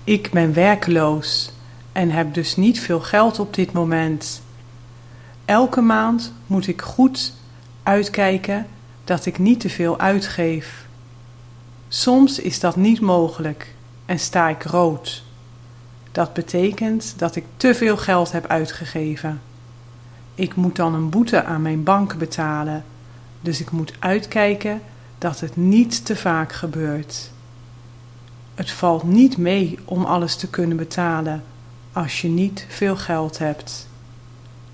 Ik ben werkloos en heb dus niet veel geld op dit moment. Elke maand moet ik goed uitkijken dat ik niet te veel uitgeef. Soms is dat niet mogelijk en sta ik rood. Dat betekent dat ik te veel geld heb uitgegeven. Ik moet dan een boete aan mijn bank betalen, dus ik moet uitkijken dat het niet te vaak gebeurt. Het valt niet mee om alles te kunnen betalen als je niet veel geld hebt.